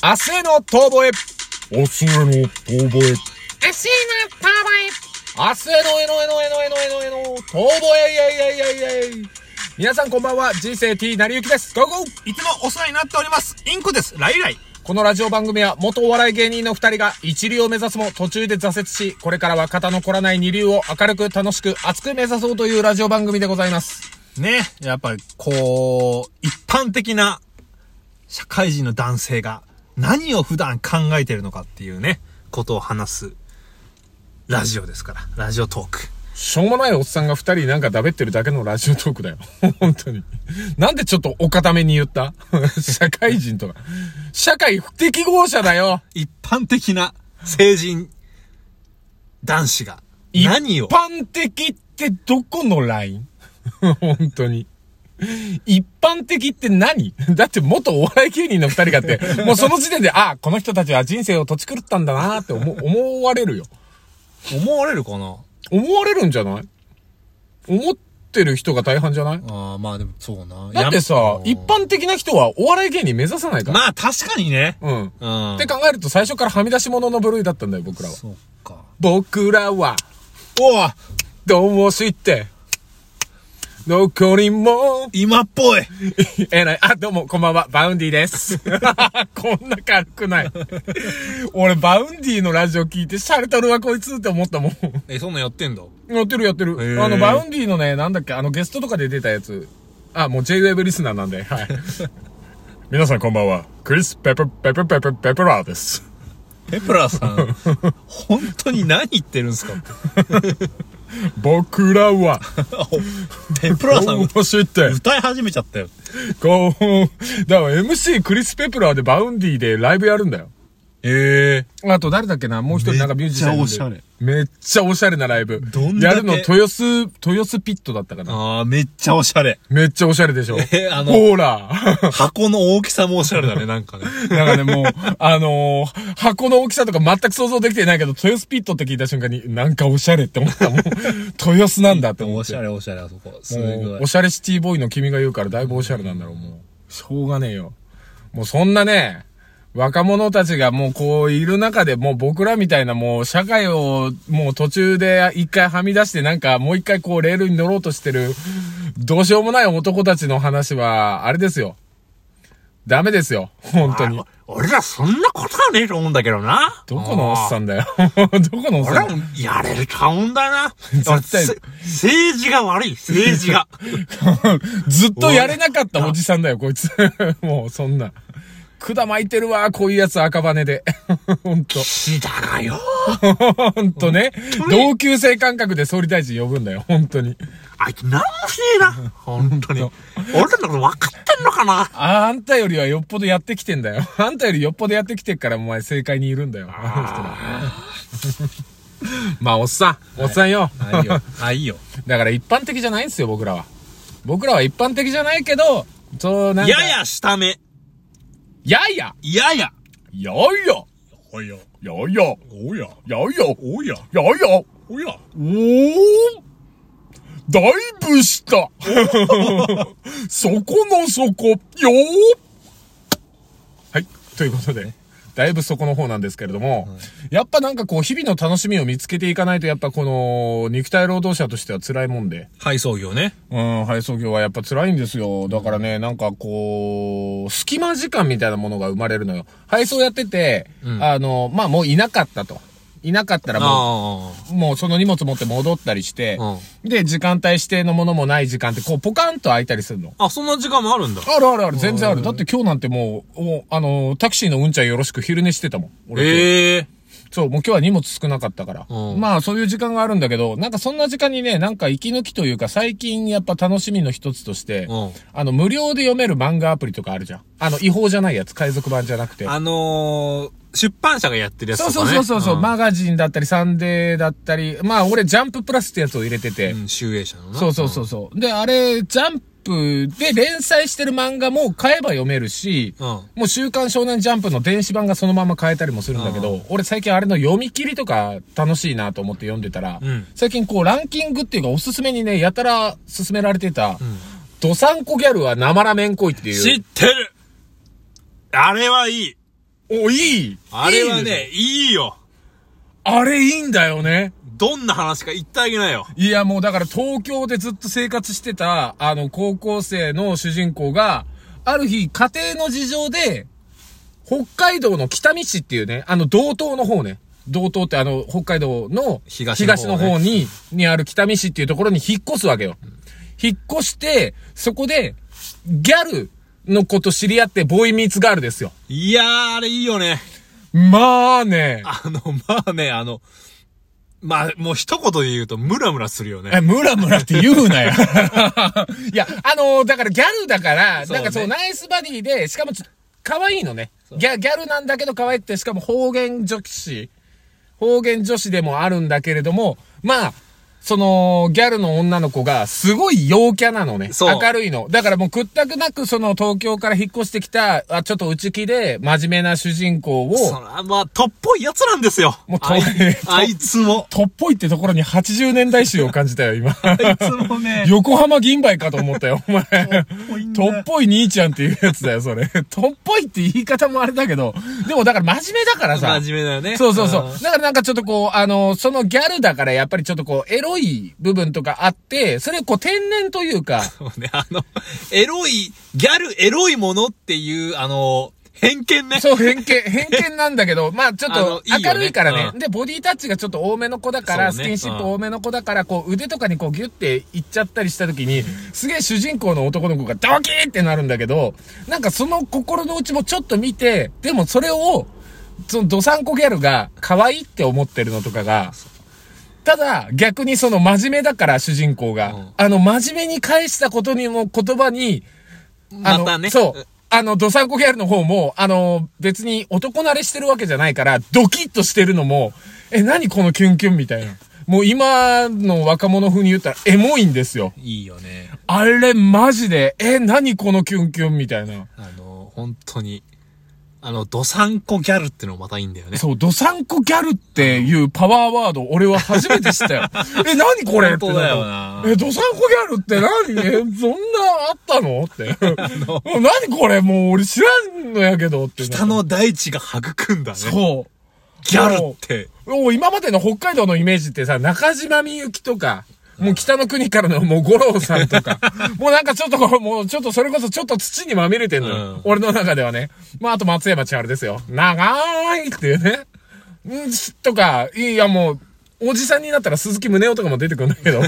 明日への遠吠え。 明日への遠吠え。 明日への遠吠え。明日への遠吠え。皆さんこんばんは。人生 T なりゆきです。ゴーゴー。 いつもお世話になっております。インコです。ライライ。 このラジオ番組は元お笑い芸人の二人が一流を目指すも途中で挫折し、これからは肩の凝らない二流を明るく楽しく熱く目指そうというラジオ番組でございます。 ね、やっぱりこう、一般的な社会人の男性が何を普段考えてるのかっていうね、ことを話すラジオですから。ラジオトーク。 しょうもないおっさんが二人なんかだべってるだけのラジオトークだよ。本当に。なんでちょっとお固めに言った社会人とか。社会不適合者だよ。 一般的な成人男子が何を。 一般的ってどこのライン本当に。一般的って何だって元お笑い芸人の二人がって、もうその時点で、あ、この人たちは人生を土地狂ったんだなって思われるよ。 思われるかな。 思われるんじゃない？思ってる人が大半じゃない？ ああ、まあでもそうな。 だってさ、一般的な人はお笑い芸人目指さないから。 まあ確かにね。 うん。って考えると最初からはみ出し物の部類だったんだよ、僕らは。 そうか。 僕らは、 おうどうしてどこにも今っぽいあ、どうもこんばんは、バウンディですこんな軽くない俺バウンディのラジオ聞いてシャレとるわこいつって思ったもんそんなんやってんだ。 やってるバウンディのね、なんだっけ、ゲストとかで出たやつ、もう J-Wave リスナーなんで、はい皆さんこんばんは、クリス・ペプラーですペプラーさん本当に何言ってるんですか僕らはペプラーさんどうして歌い始めちゃったよ。 だから MC クリス・ペプラーでバウンディでライブやるんだよ。あと誰だっけな、もう一人なんかミュージシャンで。 めっちゃおしゃれ。 めっちゃおしゃれなライブ。 どんだけやるの豊洲ピットだったかな。 ああ、めっちゃおしゃれ。 めっちゃおしゃれでしょ。ほら。 箱の大きさもおしゃれだね、なんかね。 なんかね、もう、箱の大きさとか全く想像できてないけど、豊洲ピットって聞いた瞬間に、なんかおしゃれって思った。もう、豊洲なんだって思って。 おしゃれ、あそこ。すごい。 おしゃれシティボーイの君が言うからだいぶおしゃれなんだろう、もう。しょうがねえよ。もうそんなね、若者たちがもうこういる中でもう僕らみたいなもう社会をもう途中で一回はみ出してなんかもう一回こうレールに乗ろうとしてるどうしようもない男たちの話はあれですよ。ダメですよ。本当に。 俺らそんなことはねえと思うんだけどな。 どこのおっさんだよ。どこのおっさん。 俺らやれると思うんだな。 絶対。 政治が悪い、政治が。 ずっとやれなかったおじさんだよ、こいつ。もうそんな。管巻いてるわ、こういうやつ赤羽で。ほんと。 岸田がよ。 ほんとね。同級生感覚で総理大臣呼ぶんだよ、ほんとに。 あいつ何もしねえな。ほんとに。俺らのこと分かってんのかな。 あんたよりはよっぽどやってきてんだよ。あんたよりよっぽどやってきてっからお前正解にいるんだよ。まあ、おっさんよ。 いいよ。 だから一般的じゃないんですよ、僕らは。僕らは一般的じゃないけど、なんか。 やや下目。 やや。おや。だいぶ下。そこの底、よはい。ということで、だいぶ底の方なんですけれども、やっぱなんかこう、日々の楽しみを見つけていかないと、やっぱこの、肉体労働者としては辛いもんで。 配送業ね。 配送業はやっぱ辛いんですよ。だからね、なんかこう、隙間時間みたいなものが生まれるのよ。配送やってて、もういなかったと。いなかったらもうその荷物持って戻ったりして、で、時間帯指定のものもない時間ってこうポカンと開いたりするの。 そんな時間もあるんだ。 ある、全然ある。だって今日なんてもう、タクシーのうんちゃんよろしく昼寝してたもん。そう、もう今日は荷物少なかったから。まあそういう時間があるんだけど、なんかそんな時間にね、なんか息抜きというか最近やっぱ楽しみの一つとして、無料で読める漫画アプリとかあるじゃん。違法じゃないやつ、海賊版じゃなくて。 出版社がやってるやつとかね。 そう、マガジンだったり、サンデーだったり、まあ俺ジャンププラスってやつを入れてて。 集英社のな。 そう。で、あれ、ジャンプで連載してる漫画も買えば読めるし、もう週刊少年ジャンプの電子版がそのまま買えたりもするんだけど、俺最近あれの読み切りとか楽しいなと思って読んでたら、最近こうランキングっていうかおすすめにね、やたら勧められてた、ドサンコギャルは生ラメン恋っていう。 知ってるあれはいい。 お、いい。 あれはいいでね、いいよ。 あれいいんだよね。 どんな話か言ってあげなよ。 いや、もうだから東京でずっと生活してた、高校生の主人公が、ある日、家庭の事情で、北海道の北見市っていうね、道東の方ね。道東って北海道の東の方にある北見市っていうところに引っ越すわけよ。引っ越して、そこで、ギャルの子と知り合ってボーイミーツガールですよ。 いやー、あれいいよね。 まあね。 もう一言で言うと、ムラムラするよね。 ムラムラって言うなよ。いや、だからギャルだから、なんかそう、ナイスバディで、しかも可愛いのね。ギャルなんだけど可愛くて、しかも方言女子でもあるんだけれども、まあ、その、ギャルの女の子が、すごい陽キャなのね。明るいの。だからもう屈託なく、東京から引っ越してきた、ちょっと内気で、真面目な主人公を。 とっぽいやつなんですよ。もうあいつも。 とっぽいってところに80年代集を感じたよ、今。 あいつもね。 横浜銀杯かと思ったよ、お前。とっぽい兄ちゃんっていうやつだよ、それ。とっぽいって言い方もあれだけど、でもだから真面目だからさ。 真面目だよね。 そう。だからなんかちょっとこう、そのギャルだからやっぱりちょっとこう、エロい部分とかあって、それこう天然というか。 そうね、エロいものっていう、偏見ね。 そう、偏見なんだけど、まあちょっと明るいからね。で、ボディタッチがちょっと多めの子だから、スキンシップ多めの子だから、こう腕とかにこうギュッていっちゃったりした時に、すげえ主人公の男の子がドキーってなるんだけど、なんかその心の内もちょっと見て、でもそれを、そのドサンコギャルが可愛いって思ってるのとかが、ただ、逆にその真面目だから主人公が、真面目に返したことにも言葉に、 またね。 そう。ドサンコギャルの方も、別に男慣れしてるわけじゃないから、ドキッとしてるのも、何このキュンキュンみたいな。もう今の若者風に言ったら、エモいんですよ。 いいよね。 あれ、マジで、何このキュンキュンみたいな。 本当に。ドサンコギャルってのもまたいいんだよね。 そう、ドサンコギャルっていうパワーワード、俺は初めて知ったよ。何これって。 本当だよな。 ドサンコギャルって何そんなあったのって。何これもう俺知らんのやけどって。 北の大地が育んだね。 そう。 ギャルって。 今までの北海道のイメージってさ、中島みゆきとか、もう北の国からのもう五郎さんとか、もうなんかちょっともうちょっとそれこそちょっと土にまみれてんのよ。俺の中ではね。まああと松山千春ですよ。長いっていうね。とか、いやもう、おじさんになったら鈴木宗男とかも出てくるんだけど。もう、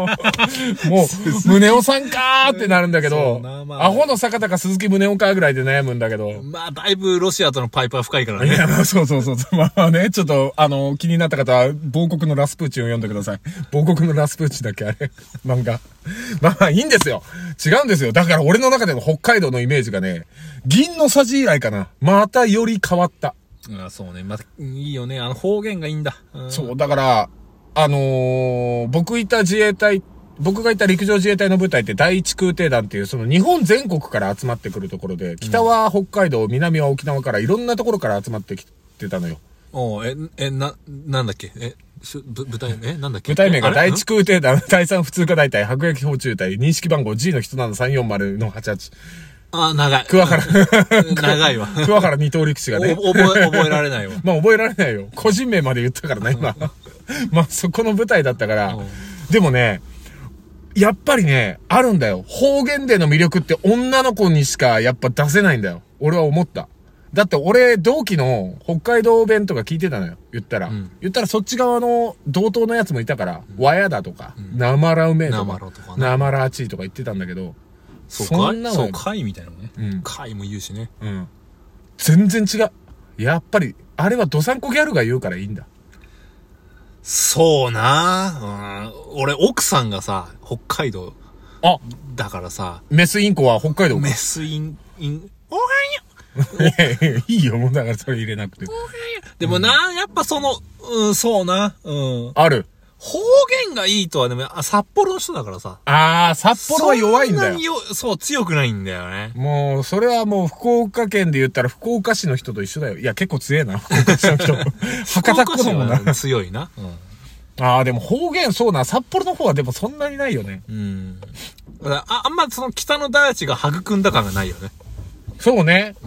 宗男さんかーってなるんだけど、アホの坂田か鈴木宗男かぐらいで悩むんだけど。 まあ、だいぶロシアとのパイプは深いからね。 いや、そう。まあね、ちょっと、気になった方は、亡国のラスプーチンを読んでください。亡国のラスプーチンだっけあれ漫画。まあ、いいんですよ。違うんですよ。だから俺の中での北海道のイメージがね、銀のさじ以来かな。またより変わった。 そうね。また、いいよね。方言がいいんだ。 そう、だから、僕がいた陸上自衛隊の部隊って第一空挺団っていう、その日本全国から集まってくるところで、北は北海道、南は沖縄からいろんなところから集まってきてたのよ。 なんだっけ部隊、なんだっけ部隊名が第一空挺団、第三普通科大隊、迫撃砲中隊、認識番号 G の人なの340の88。 長い。 桑原。 長いわ。 桑原二刀陸士がね。 覚えられないわ。 まあ覚えられないよ。個人名まで言ったからね、今。まあそこの舞台だったから。でもね、やっぱりね、あるんだよ。方言での魅力って女の子にしかやっぱ出せないんだよ。俺は思った。だって俺、同期の北海道弁とか聞いてたのよ。言ったらそっち側の同等のやつもいたから、和やだとか、なまらうめえとか、なまらあちいとか言ってたんだけど、 そんなの。そう、貝みたいなのね。貝も言うしね。 全然違う。やっぱり、あれはドサンコギャルが言うからいいんだ。 そうな俺、奥さんがさ、北海道。だからさ。 メスインコは北海道か。 メスイン、おはよ。いいよ、もうだからそれ入れなくて。 でもやっぱそうな。 ある。 方言がいいとはでも、札幌の人だからさ。 札幌は弱いんだよ。 そう、強くないんだよね。 もう、それはもう福岡県で言ったら福岡市の人と一緒だよ。いや、結構強えな、福岡市の人。博多っ子だもんな。 強いな。 でも方言そうな、札幌の方はでもそんなにないよね。 あんまその北の大地が育んだ感がないよね。 そうね。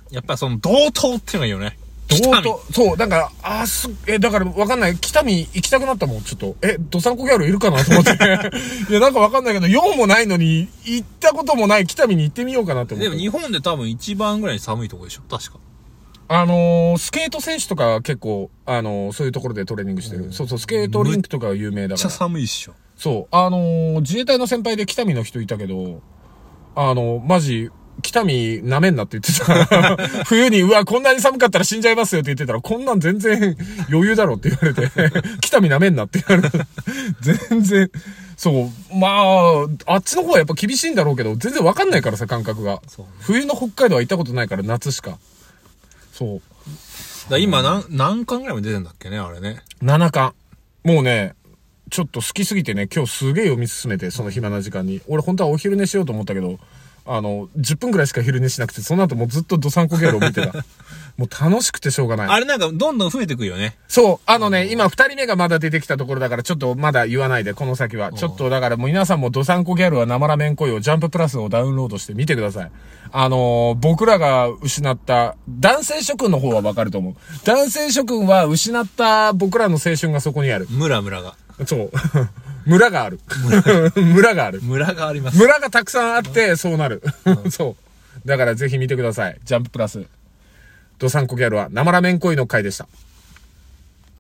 やっぱその同等っていうのがいいよね。 同等。そう、だから、だからわかんない。北見行きたくなったもん、ちょっと。ドサンコギャルいるかなと思って。いや、なんかわかんないけど、用もないのに、行ったこともない北見に行ってみようかなと思って。 でも日本で多分一番ぐらい寒いとこでしょ確か。 スケート選手とか結構、そういうところでトレーニングしてる。そうそう、スケートリンクとかが有名だから。 めっちゃ寒いっしょ。 そう。自衛隊の先輩で北見の人いたけど、マジ、北見舐めんなって言ってた。冬に、こんなに寒かったら死んじゃいますよって言ってたら、こんなん全然余裕だろって言われて、北見舐めんなって言われて、全然、そう、まあ、あっちの方はやっぱ厳しいんだろうけど、全然わかんないからさ、感覚が。 そうね、 冬の北海道は行ったことないから、夏しか。そう。 今何巻ぐらいまで出てんだっけね、あれね。 7巻。もうね、ちょっと好きすぎてね、今日すげえ読み進めて、その暇な時間に。俺本当はお昼寝しようと思ったけど、10分くらいしか昼寝しなくて、その後もうずっとドサンコギャルを見てた。もう楽しくてしょうがない。 あれなんかどんどん増えてくよね。 そう。今2人目がまだ出てきたところだから、ちょっとまだ言わないで、この先は。ちょっとだからもう皆さんもドサンコギャルは生ラメン恋をジャンププラスをダウンロードして見てください。僕らが失った、男性諸君の方はわかると思う。男性諸君は失った僕らの青春がそこにある。 村が。 そう。村がある。村がある。 村があります。 村がたくさんあって、そうなる。そう。だからぜひ見てください。ジャンププラス。ドサンコギャルは生ラメン恋の回でした。